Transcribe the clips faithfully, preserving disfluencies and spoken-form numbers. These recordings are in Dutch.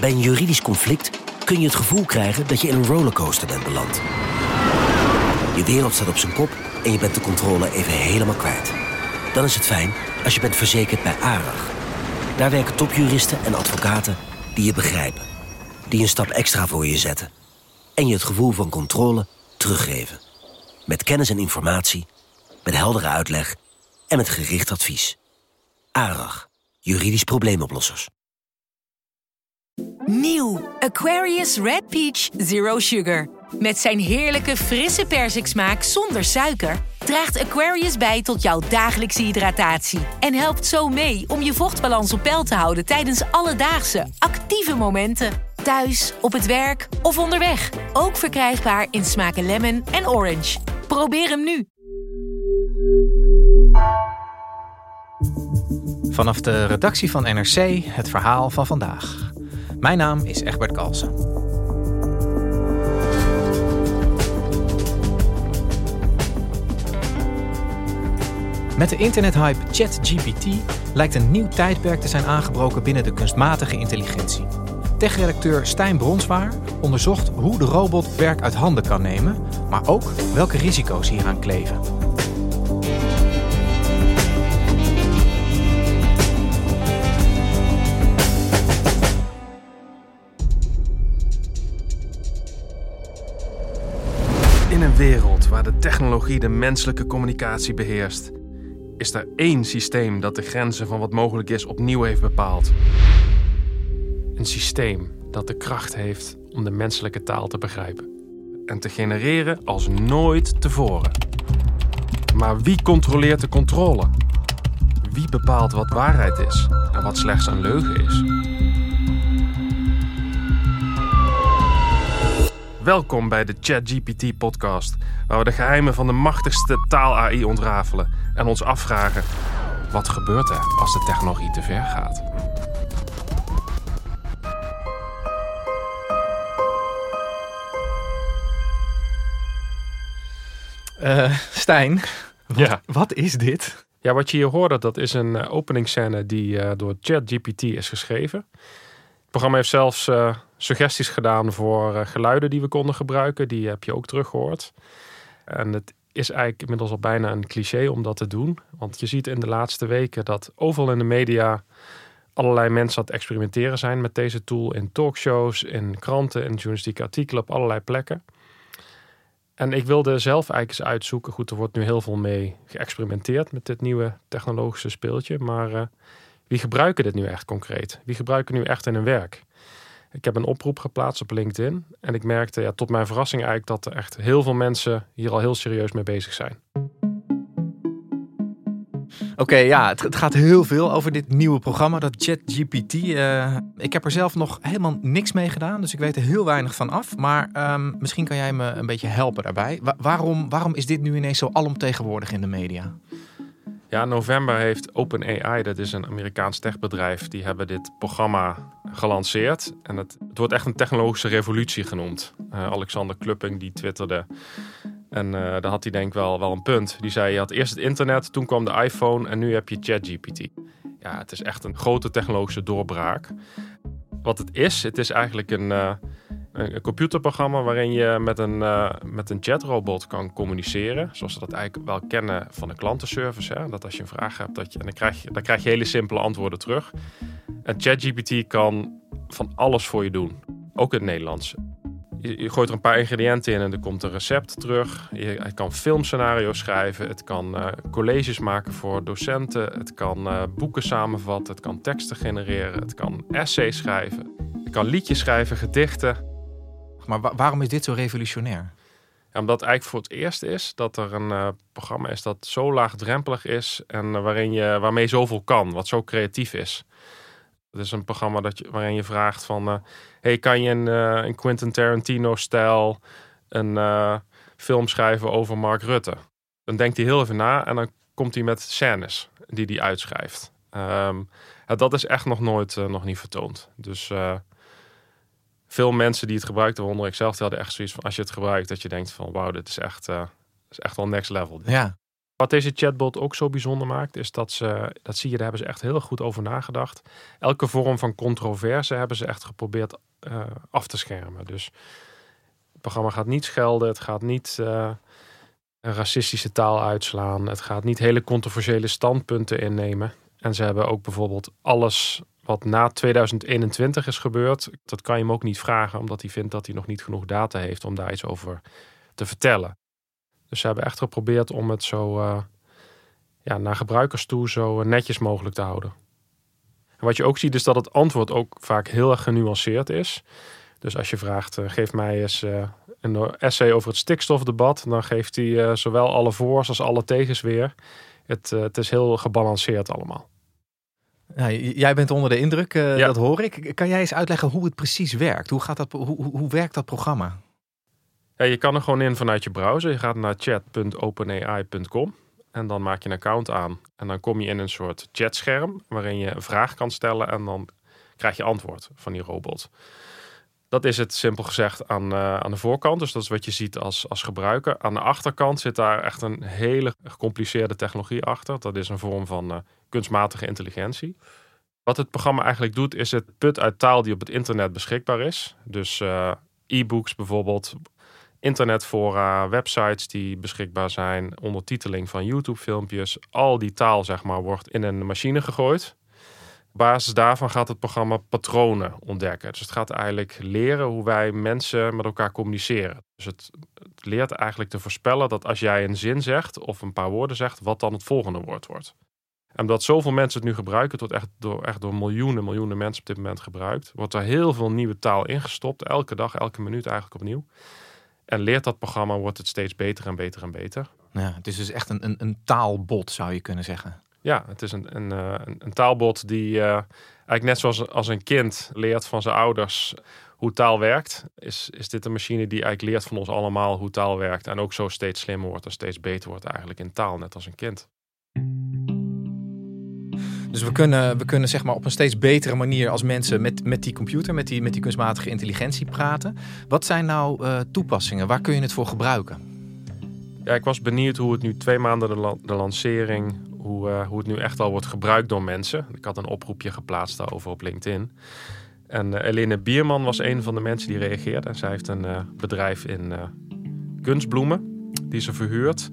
Bij een juridisch conflict kun je het gevoel krijgen dat je in een rollercoaster bent beland. Je wereld staat op zijn kop en je bent de controle even helemaal kwijt. Dan is het fijn als je bent verzekerd bij ARAG. Daar werken topjuristen en advocaten die je begrijpen. Die een stap extra voor je zetten. En je het gevoel van controle teruggeven. Met kennis en informatie, met heldere uitleg en met gericht advies. ARAG, juridisch probleemoplossers. Nieuw Aquarius Red Peach Zero Sugar. Met zijn heerlijke frisse persiksmaak zonder suiker draagt Aquarius bij tot jouw dagelijkse hydratatie. En helpt zo mee om je vochtbalans op peil te houden tijdens alledaagse, actieve momenten. Thuis, op het werk of onderweg. Ook verkrijgbaar in smaken lemon en orange. Probeer hem nu. Vanaf de redactie van N R C het verhaal van vandaag. Mijn naam is Egbert Kalsen. Met de internethype ChatGPT lijkt een nieuw tijdperk te zijn aangebroken binnen de kunstmatige intelligentie. Tech-redacteur Stijn Bronswaer onderzocht hoe de robot werk uit handen kan nemen, maar ook welke risico's hieraan kleven. In een wereld waar de technologie de menselijke communicatie beheerst, is er één systeem dat de grenzen van wat mogelijk is opnieuw heeft bepaald. Een systeem dat de kracht heeft om de menselijke taal te begrijpen en te genereren als nooit tevoren. Maar wie controleert de controle? Wie bepaalt wat waarheid is en wat slechts een leugen is? Welkom bij de ChatGPT-podcast, waar we de geheimen van de machtigste taal-A I ontrafelen en ons afvragen: wat gebeurt er als de technologie te ver gaat? Uh, Stijn, wat, Ja. wat is dit? Ja, wat je hier hoorde, dat is een uh, openingsscène die uh, door ChatGPT is geschreven. Het programma heeft zelfs uh, suggesties gedaan voor uh, geluiden die we konden gebruiken. Die heb je ook teruggehoord. En het is eigenlijk inmiddels al bijna een cliché om dat te doen. Want je ziet in de laatste weken dat overal in de media allerlei mensen aan het experimenteren zijn met deze tool. In talkshows, in kranten, in journalistieke artikelen, op allerlei plekken. En ik wilde zelf eigenlijk eens uitzoeken. Goed, er wordt nu heel veel mee geëxperimenteerd met dit nieuwe technologische speeltje. Maar uh, wie gebruiken dit nu echt concreet? Wie gebruiken nu echt in hun werk? Ik heb een oproep geplaatst op LinkedIn. En ik merkte ja, tot mijn verrassing eigenlijk dat er echt heel veel mensen hier al heel serieus mee bezig zijn. Oké, okay, ja, het, het gaat heel veel over dit nieuwe programma, dat ChatGPT. Uh, ik heb er zelf nog helemaal niks mee gedaan, dus ik weet er heel weinig van af. Maar um, misschien kan jij me een beetje helpen daarbij. Wa- waarom, waarom is dit nu ineens zo alomtegenwoordig in de media? Ja, in november heeft OpenAI, dat is een Amerikaans techbedrijf, die hebben dit programma gelanceerd. En het, het wordt echt een technologische revolutie genoemd. Uh, Alexander Klupping die twitterde. En uh, daar had hij denk ik wel, wel een punt. Die zei, je had eerst het internet, toen kwam de iPhone en nu heb je ChatGPT. Ja, het is echt een grote technologische doorbraak. Wat het is, het is eigenlijk een, uh, een computerprogramma waarin je met een, uh, met een chatrobot kan communiceren. Zoals we dat eigenlijk wel kennen van de klantenservice. Hè? Dat als je een vraag hebt, dat je, en dan, krijg je, dan krijg je hele simpele antwoorden terug. En ChatGPT kan van alles voor je doen. Ook in het Nederlands. Je, je gooit er een paar ingrediënten in en er komt een recept terug. Je, het kan filmscenario's schrijven. Het kan uh, colleges maken voor docenten. Het kan uh, boeken samenvatten. Het kan teksten genereren. Het kan essays schrijven. Het kan liedjes schrijven, gedichten. Maar wa- waarom is dit zo revolutionair? Ja, omdat het eigenlijk voor het eerst is dat er een uh, programma is dat zo laagdrempelig is en uh, waarin je, waarmee zoveel kan, wat zo creatief is. Het is een programma dat je, waarin je vraagt van, uh, hey, kan je een, uh, een Quentin Tarantino-stijl een uh, film schrijven over Mark Rutte? Dan denkt hij heel even na en dan komt hij met scènes die hij uitschrijft. Um, ja, dat is echt nog nooit, uh, nog niet vertoond. Dus uh, veel mensen die het gebruikten, waaronder ik zelf, die hadden echt zoiets van, als je het gebruikt, dat je denkt van, wauw, dit is echt, uh, is echt wel next level. Ja. Wat deze chatbot ook zo bijzonder maakt, is dat ze, dat zie je, daar hebben ze echt heel goed over nagedacht. Elke vorm van controverse hebben ze echt geprobeerd uh, af te schermen. Dus het programma gaat niet schelden, het gaat niet uh, een racistische taal uitslaan, het gaat niet hele controversiële standpunten innemen. En ze hebben ook bijvoorbeeld alles wat na tweeduizend eenentwintig is gebeurd, dat kan je hem ook niet vragen, omdat hij vindt dat hij nog niet genoeg data heeft om daar iets over te vertellen. Dus ze hebben echt geprobeerd om het zo uh, ja, naar gebruikers toe zo netjes mogelijk te houden. En wat je ook ziet is dat het antwoord ook vaak heel erg genuanceerd is. Dus als je vraagt, uh, geef mij eens uh, een essay over het stikstofdebat, dan geeft hij uh, zowel alle voor's als alle tegens weer. Het, uh, het is heel gebalanceerd allemaal. Ja, jij bent onder de indruk, uh, ja. dat hoor ik. Kan jij eens uitleggen hoe het precies werkt? Hoe, gaat dat, hoe, hoe, hoe werkt dat programma? Ja, je kan er gewoon in vanuit je browser. Je gaat naar chat punt openai punt com en dan maak je een account aan. En dan kom je in een soort chatscherm waarin je een vraag kan stellen en dan krijg je antwoord van die robot. Dat is het simpel gezegd aan, uh, aan de voorkant. Dus dat is wat je ziet als, als gebruiker. Aan de achterkant zit daar echt een hele gecompliceerde technologie achter. Dat is een vorm van uh, kunstmatige intelligentie. Wat het programma eigenlijk doet, is het put uit taal die op het internet beschikbaar is. Dus uh, e-books bijvoorbeeld, internetfora, websites die beschikbaar zijn, ondertiteling van YouTube-filmpjes. Al die taal, zeg maar, wordt in een machine gegooid. Op basis daarvan gaat het programma patronen ontdekken. Dus het gaat eigenlijk leren hoe wij mensen met elkaar communiceren. Dus het, het leert eigenlijk te voorspellen dat als jij een zin zegt of een paar woorden zegt, wat dan het volgende woord wordt. En omdat zoveel mensen het nu gebruiken, het wordt echt door, echt door miljoenen, miljoenen mensen op dit moment gebruikt, wordt er heel veel nieuwe taal ingestopt. Elke dag, elke minuut eigenlijk opnieuw. En leert dat programma, wordt het steeds beter en beter en beter. Ja, het is dus echt een, een, een taalbot, zou je kunnen zeggen. Ja, het is een, een, een, een taalbot die uh, eigenlijk net zoals als een kind leert van zijn ouders hoe taal werkt. Is, is dit een machine die eigenlijk leert van ons allemaal hoe taal werkt. En ook zo steeds slimmer wordt en steeds beter wordt eigenlijk in taal, net als een kind. Dus we kunnen, we kunnen zeg maar op een steeds betere manier als mensen met, met die computer, met die, met die kunstmatige intelligentie praten. Wat zijn nou uh, toepassingen? Waar kun je het voor gebruiken? Ja, ik was benieuwd hoe het nu twee maanden de, la- de lancering, hoe, uh, hoe het nu echt al wordt gebruikt door mensen. Ik had een oproepje geplaatst daarover op LinkedIn. En uh, Eline Bierman was een van de mensen die reageerde. En zij heeft een uh, bedrijf in uh, kunstbloemen die ze verhuurt.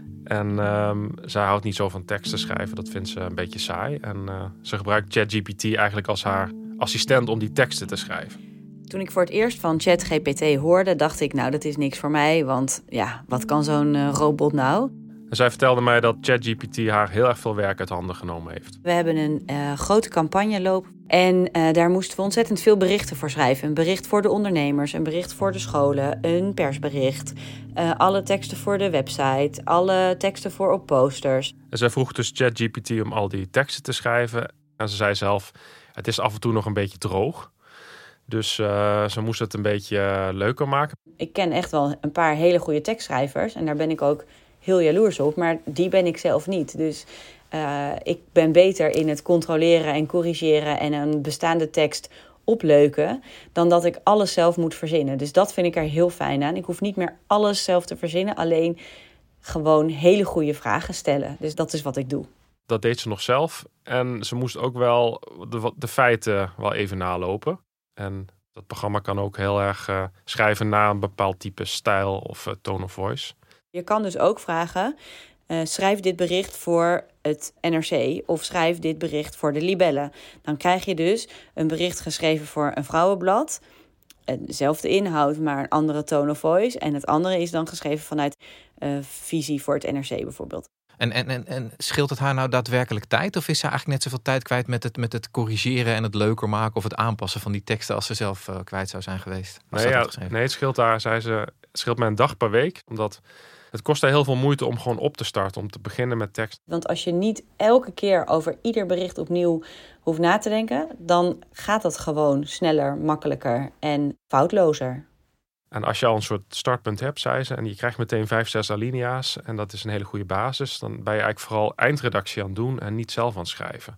En um, zij houdt niet zo van teksten schrijven. Dat vindt ze een beetje saai. En uh, ze gebruikt ChatGPT eigenlijk als haar assistent om die teksten te schrijven. Toen ik voor het eerst van ChatGPT hoorde, dacht ik, nou, dat is niks voor mij. Want ja, wat kan zo'n uh, robot nou? En zij vertelde mij dat ChatGPT haar heel erg veel werk uit handen genomen heeft. We hebben een uh, grote campagne lopen. En uh, daar moesten we ontzettend veel berichten voor schrijven. Een bericht voor de ondernemers, een bericht voor de scholen, een persbericht. Uh, alle teksten voor de website, alle teksten voor op posters. En zij vroeg dus ChatGPT om al die teksten te schrijven. En ze zei zelf, het is af en toe nog een beetje droog. Dus uh, ze moest het een beetje uh, leuker maken. Ik ken echt wel een paar hele goede tekstschrijvers. En daar ben ik ook heel jaloers op. Maar die ben ik zelf niet. Dus uh, ik ben beter in het controleren en corrigeren en een bestaande tekst opleuken dan dat ik alles zelf moet verzinnen. Dus dat vind ik er heel fijn aan. Ik hoef niet meer alles zelf te verzinnen. Alleen gewoon hele goede vragen stellen. Dus dat is wat ik doe. Dat deed ze nog zelf. En ze moest ook wel de, de feiten wel even nalopen. En dat programma kan ook heel erg uh, schrijven naar een bepaald type stijl of uh, tone of voice. Je kan dus ook vragen, uh, schrijf dit bericht voor het N R C of schrijf dit bericht voor de Libellen. Dan krijg je dus een bericht geschreven voor een vrouwenblad. Dezelfde inhoud, maar een andere tone of voice. En het andere is dan geschreven vanuit uh, visie voor het N R C bijvoorbeeld. En, en, en, en scheelt het haar nou daadwerkelijk tijd? Of is ze eigenlijk net zoveel tijd kwijt met het, met het corrigeren en het leuker maken of het aanpassen van die teksten als ze zelf uh, kwijt zou zijn geweest? Nee, ja, nee, het scheelt daar, zei ze, het scheelt mij een dag per week. Omdat het kost haar heel veel moeite om gewoon op te starten, om te beginnen met tekst. Want als je niet elke keer over ieder bericht opnieuw hoeft na te denken, dan gaat dat gewoon sneller, makkelijker en foutlozer. En als je al een soort startpunt hebt, zei ze, en je krijgt meteen vijf, zes alinea's, en dat is een hele goede basis, dan ben je eigenlijk vooral eindredactie aan het doen en niet zelf aan het schrijven.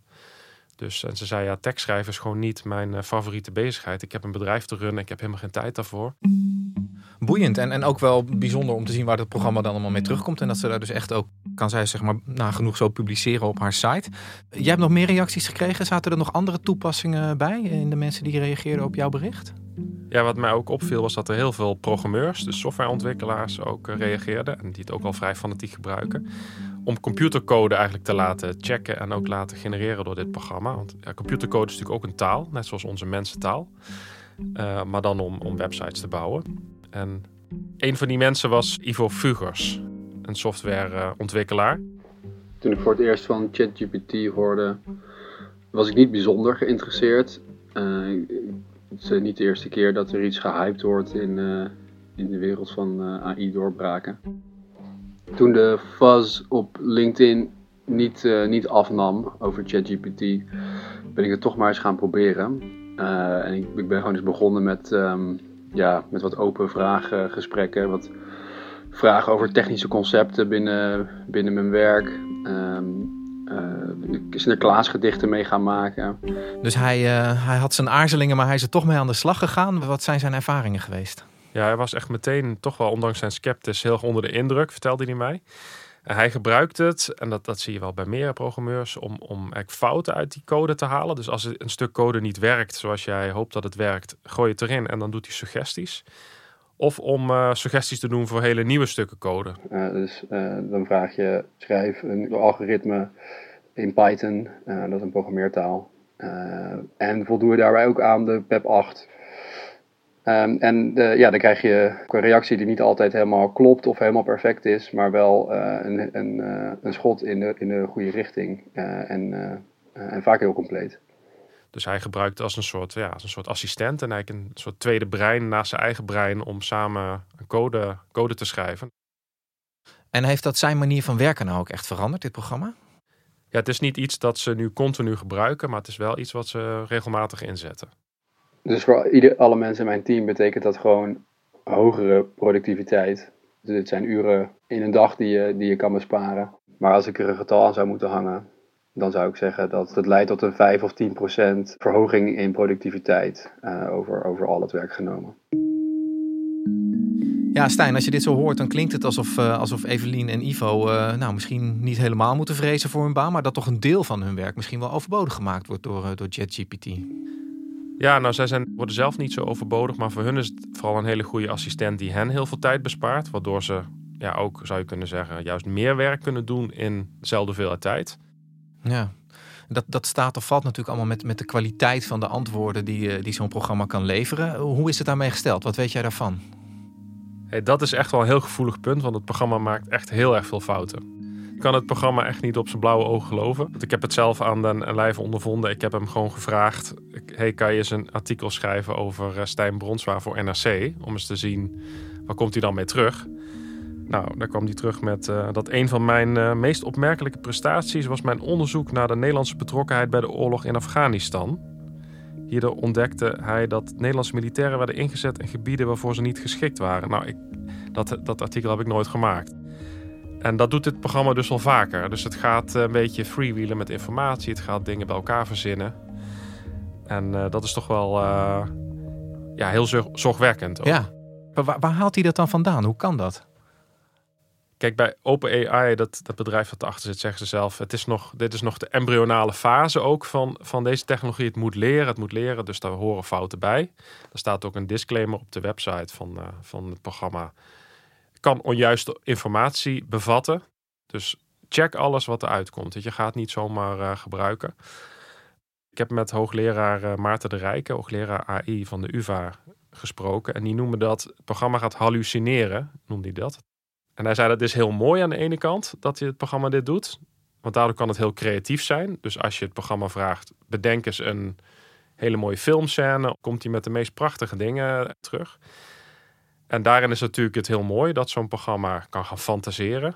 Dus en ze zei, ja, tekstschrijven is gewoon niet mijn uh, favoriete bezigheid. Ik heb een bedrijf te runnen, ik heb helemaal geen tijd daarvoor. Boeiend en, en ook wel bijzonder om te zien waar het programma dan allemaal mee terugkomt. En dat ze daar dus echt ook kan zij zeg maar nagenoeg zo publiceren op haar site. Jij hebt nog meer reacties gekregen. Zaten er nog andere toepassingen bij in de mensen die reageerden op jouw bericht? Ja, wat mij ook opviel was dat er heel veel programmeurs, dus softwareontwikkelaars, ook uh, reageerden. En die het ook al vrij fanatiek gebruiken. Om computercode eigenlijk te laten checken en ook laten genereren door dit programma. Want ja, computercode is natuurlijk ook een taal, net zoals onze mensentaal. Uh, maar dan om, om websites te bouwen. En een van die mensen was Ivo Fugers, een softwareontwikkelaar. Toen ik voor het eerst van ChatGPT hoorde, was ik niet bijzonder geïnteresseerd. Uh, het is niet de eerste keer dat er iets gehyped wordt in, uh, in de wereld van uh, A I-doorbraken. Toen de fuzz op LinkedIn niet, uh, niet afnam over ChatGPT, ben ik het toch maar eens gaan proberen. Uh, en ik, ik ben gewoon eens begonnen met, um, ja, met wat open vragengesprekken, wat vragen over technische concepten binnen, binnen mijn werk. Um, uh, Sinterklaasgedichten mee gaan maken. Dus hij, uh, hij had zijn aarzelingen, maar hij is er toch mee aan de slag gegaan. Wat zijn zijn ervaringen geweest? Ja, hij was echt meteen, toch wel ondanks zijn sceptisch, heel erg onder de indruk, vertelde hij mij. En hij gebruikt het, en dat, dat zie je wel bij meer programmeurs, om, om eigenlijk fouten uit die code te halen. Dus als een stuk code niet werkt zoals jij hoopt dat het werkt, gooi je het erin en dan doet hij suggesties. Of om uh, suggesties te doen voor hele nieuwe stukken code. Uh, dus uh, dan vraag je, schrijf een algoritme in Python, uh, dat is een programmeertaal. Uh, en voldoe daarbij ook aan de P E P acht. Um, en uh, ja, dan krijg je een reactie die niet altijd helemaal klopt of helemaal perfect is, maar wel uh, een, een, uh, een schot in de, in de goede richting uh, en, uh, uh, en vaak heel compleet. Dus hij gebruikt als een soort, ja, als een soort assistent en eigenlijk een soort tweede brein naast zijn eigen brein om samen een code, code te schrijven. En heeft dat zijn manier van werken nou ook echt veranderd, dit programma? Ja, het is niet iets dat ze nu continu gebruiken, maar het is wel iets wat ze regelmatig inzetten. Dus voor ieder, alle mensen in mijn team betekent dat gewoon hogere productiviteit. Dus dit zijn uren in een dag die je, die je kan besparen. Maar als ik er een getal aan zou moeten hangen, dan zou ik zeggen dat het leidt tot een vijf of tien procent verhoging in productiviteit uh, over, over al het werk genomen. Ja, Stijn, als je dit zo hoort, dan klinkt het alsof, uh, alsof Evelien en Ivo uh, nou, misschien niet helemaal moeten vrezen voor hun baan, maar dat toch een deel van hun werk misschien wel overbodig gemaakt wordt door, uh, door ChatGPT. Ja, nou, zij zijn, worden zelf niet zo overbodig, maar voor hun is het vooral een hele goede assistent die hen heel veel tijd bespaart. Waardoor ze ja, ook, zou je kunnen zeggen, juist meer werk kunnen doen in dezelfde hoeveelheid tijd. Ja, dat, dat staat of valt natuurlijk allemaal met, met de kwaliteit van de antwoorden die, die zo'n programma kan leveren. Hoe is het daarmee gesteld? Wat weet jij daarvan? Hey, dat is echt wel een heel gevoelig punt, want het programma maakt echt heel erg veel fouten. Ik kan het programma echt niet op zijn blauwe ogen geloven. Want ik heb het zelf aan den lijve ondervonden. Ik heb hem gewoon gevraagd, hey, kan je eens een artikel schrijven over uh, Stijn Bronswaer voor N R C? Om eens te zien, waar komt hij dan mee terug? Nou, daar kwam hij terug met uh, dat een van mijn uh, meest opmerkelijke prestaties was mijn onderzoek naar de Nederlandse betrokkenheid bij de oorlog in Afghanistan. Hierdoor ontdekte hij dat Nederlandse militairen werden ingezet in gebieden waarvoor ze niet geschikt waren. Nou, ik, dat, dat artikel heb ik nooit gemaakt. En dat doet dit programma dus al vaker. Dus het gaat een beetje freewheelen met informatie. Het gaat dingen bij elkaar verzinnen. En uh, dat is toch wel uh, ja, heel zorgwekkend ook. Ja, maar waar, waar haalt hij dat dan vandaan? Hoe kan dat? Kijk, bij OpenAI, dat, dat bedrijf dat erachter zit, zeggen ze zelf, het is nog, dit is nog de embryonale fase ook van, van deze technologie. Het moet leren, het moet leren, dus daar horen fouten bij. Er staat ook een disclaimer op de website van, uh, van het programma. Kan onjuiste informatie bevatten. Dus check alles wat eruit komt. Je gaat niet zomaar uh, gebruiken. Ik heb met hoogleraar uh, Maarten de Rijken, hoogleraar A I van de U vA, gesproken. En die noemen dat, het programma gaat hallucineren, noemde hij dat. En hij zei dat is heel mooi aan de ene kant dat je het programma dit doet. Want daardoor kan het heel creatief zijn. Dus als je het programma vraagt, bedenk eens een hele mooie filmscène. Komt hij met de meest prachtige dingen terug. En daarin is natuurlijk het heel mooi dat zo'n programma kan gaan fantaseren.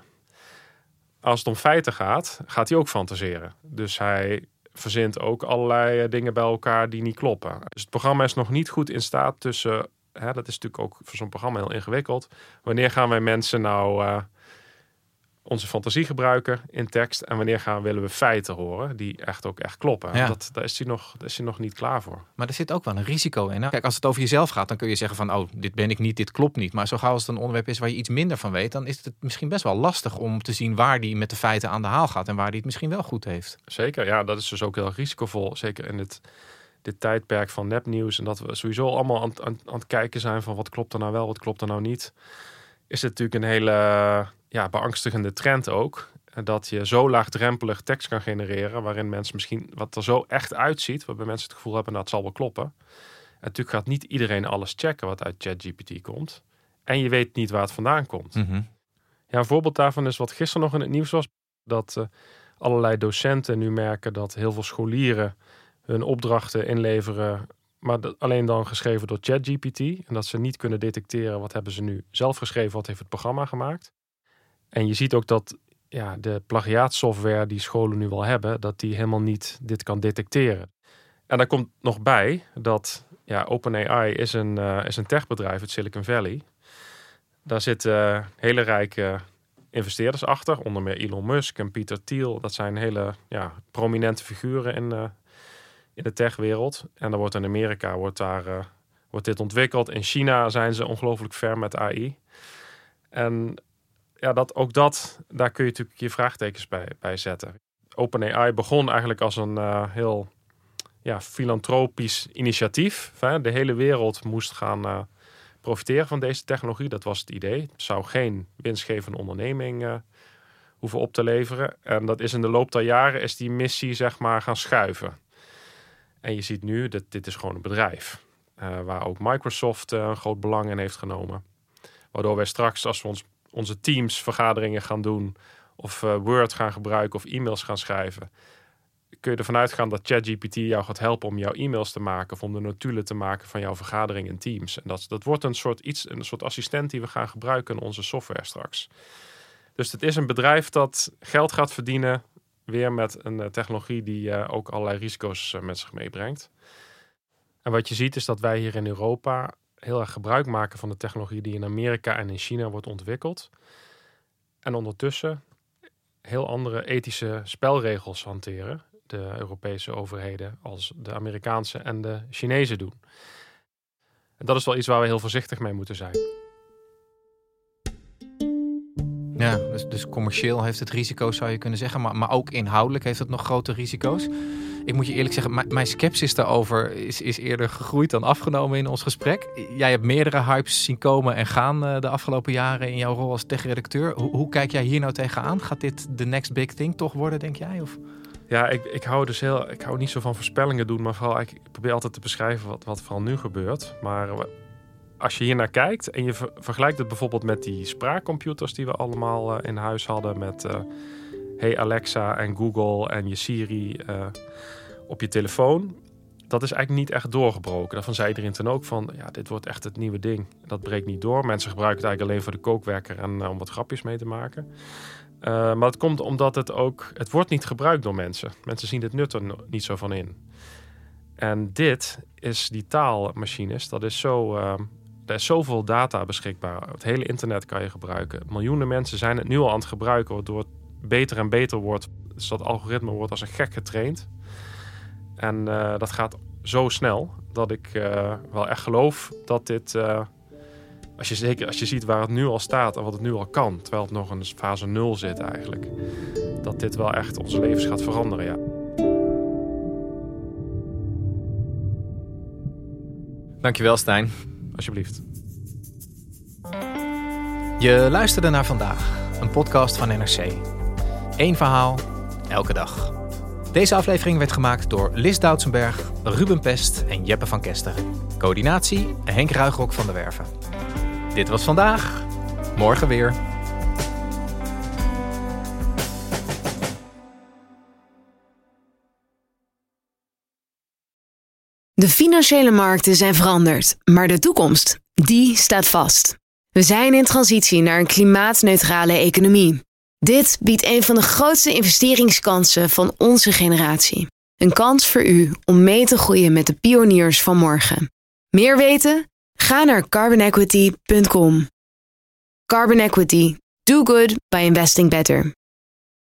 Als het om feiten gaat, gaat hij ook fantaseren. Dus hij verzint ook allerlei dingen bij elkaar die niet kloppen. Dus het programma is nog niet goed in staat tussen... Hè, dat is natuurlijk ook voor zo'n programma heel ingewikkeld. Wanneer gaan wij mensen nou uh, onze fantasie gebruiken in tekst en wanneer gaan willen we feiten horen die echt ook echt kloppen. Ja. Dat, daar is hij nog, daar is hij nog niet klaar voor. Maar er zit ook wel een risico in. Hè? Kijk, als het over jezelf gaat, dan kun je zeggen van, oh, dit ben ik niet, dit klopt niet. Maar zo gauw als het een onderwerp is waar je iets minder van weet, dan is het misschien best wel lastig om te zien waar die met de feiten aan de haal gaat en waar die het misschien wel goed heeft. Zeker, ja, dat is dus ook heel risicovol. Zeker in dit, dit tijdperk van nepnieuws en dat we sowieso allemaal aan, aan, aan het kijken zijn van wat klopt er nou wel, wat klopt er nou niet. Is het natuurlijk een hele ja, beangstigende trend ook. Dat je zo laagdrempelig tekst kan genereren waarin mensen misschien wat er zo echt uitziet, waarbij mensen het gevoel hebben, nou, het zal wel kloppen. En natuurlijk gaat niet iedereen alles checken wat uit ChatGPT komt. En je weet niet waar het vandaan komt. Mm-hmm. Ja, een voorbeeld daarvan is wat gisteren nog in het nieuws was. Dat uh, allerlei docenten nu merken dat heel veel scholieren hun opdrachten inleveren, maar dat alleen dan geschreven door ChatGPT. En dat ze niet kunnen detecteren wat hebben ze nu zelf geschreven, wat heeft het programma gemaakt. En je ziet ook dat ja, de plagiaatsoftware die scholen nu wel hebben, dat die helemaal niet dit kan detecteren. En daar komt nog bij dat ja, OpenAI is een, uh, is een techbedrijf uit Silicon Valley. Daar zitten uh, hele rijke investeerders achter, onder meer Elon Musk en Peter Thiel. Dat zijn hele ja, prominente figuren in, uh, in de techwereld. En dan wordt in Amerika wordt daar, uh, wordt dit ontwikkeld. In China zijn ze ongelooflijk ver met A I. En ja, dat, ook dat, daar kun je natuurlijk je vraagtekens bij, bij zetten. OpenAI begon eigenlijk als een uh, heel ja, filantropisch initiatief. De hele wereld moest gaan uh, profiteren van deze technologie. Dat was het idee. Het zou geen winstgevende onderneming uh, hoeven op te leveren. En dat is in de loop der jaren is die missie zeg maar gaan schuiven. En je ziet nu dat dit is gewoon een bedrijf. Uh, waar ook Microsoft uh, een groot belang in heeft genomen. Waardoor wij straks, als we ons, onze Teams vergaderingen gaan doen, of uh, Word gaan gebruiken of e-mails gaan schrijven, kun je ervan uitgaan dat ChatGPT jou gaat helpen om jouw e-mails te maken of om de notulen te maken van jouw vergadering in Teams. En dat, dat wordt een soort iets, een soort assistent die we gaan gebruiken in onze software straks. Dus het is een bedrijf dat geld gaat verdienen, weer met een uh, technologie die uh, ook allerlei risico's uh, met zich meebrengt. En wat je ziet is dat wij hier in Europa heel erg gebruik maken van de technologie die in Amerika en in China wordt ontwikkeld. En ondertussen heel andere ethische spelregels hanteren, de Europese overheden, als de Amerikaanse en de Chinese doen. En dat is wel iets waar we heel voorzichtig mee moeten zijn. Ja, dus, dus commercieel heeft het risico's, zou je kunnen zeggen. Maar, maar ook inhoudelijk heeft het nog grote risico's. Ik moet je eerlijk zeggen, m- mijn scepsis daarover is, is eerder gegroeid dan afgenomen in ons gesprek. Jij hebt meerdere hypes zien komen en gaan uh, de afgelopen jaren in jouw rol als tech-redacteur. Hoe, hoe kijk jij hier nou tegenaan? Gaat dit de next big thing toch worden, denk jij? Of? Ja, ik, ik hou dus heel, ik hou niet zo van voorspellingen doen, maar vooral ik, ik probeer altijd te beschrijven wat, wat vooral nu gebeurt. Maar als je hier naar kijkt en je ver, vergelijkt het bijvoorbeeld met die spraakcomputers die we allemaal uh, in huis hadden met uh, Hey Alexa en Google en je Siri uh, op je telefoon. Dat is eigenlijk niet echt doorgebroken. Daarvan zei iedereen toen ook van, ja, dit wordt echt het nieuwe ding. Dat breekt niet door. Mensen gebruiken het eigenlijk alleen voor de kookwekker en uh, om wat grapjes mee te maken. Uh, maar het komt omdat het ook, het wordt niet gebruikt door mensen. Mensen zien het nut er niet zo van in. En dit is die taalmachines, dat is zo, uh, er is zoveel data beschikbaar. Het hele internet kan je gebruiken. Miljoenen mensen zijn het nu al aan het gebruiken, waardoor het beter en beter wordt. Dus dat algoritme wordt als een gek getraind. En uh, dat gaat zo snel dat ik uh, wel echt geloof dat dit, uh, als je zeker als je ziet waar het nu al staat en wat het nu al kan, terwijl het nog in fase nul zit eigenlijk, dat dit wel echt onze levens gaat veranderen, ja. Dankjewel, Stijn. Alsjeblieft. Je luisterde naar Vandaag, een podcast van N R C. Eén verhaal, elke dag. Deze aflevering werd gemaakt door Lis Doutsenberg, Ruben Pest en Jeppe van Kesteren. Coördinatie Henk Ruigrok van der Werven. Dit was Vandaag, morgen weer. De financiële markten zijn veranderd, maar de toekomst, die staat vast. We zijn in transitie naar een klimaatneutrale economie. Dit biedt een van de grootste investeringskansen van onze generatie. Een kans voor u om mee te groeien met de pioniers van morgen. Meer weten? Ga naar carbon equity punt com. Carbon Equity. Do good by investing better.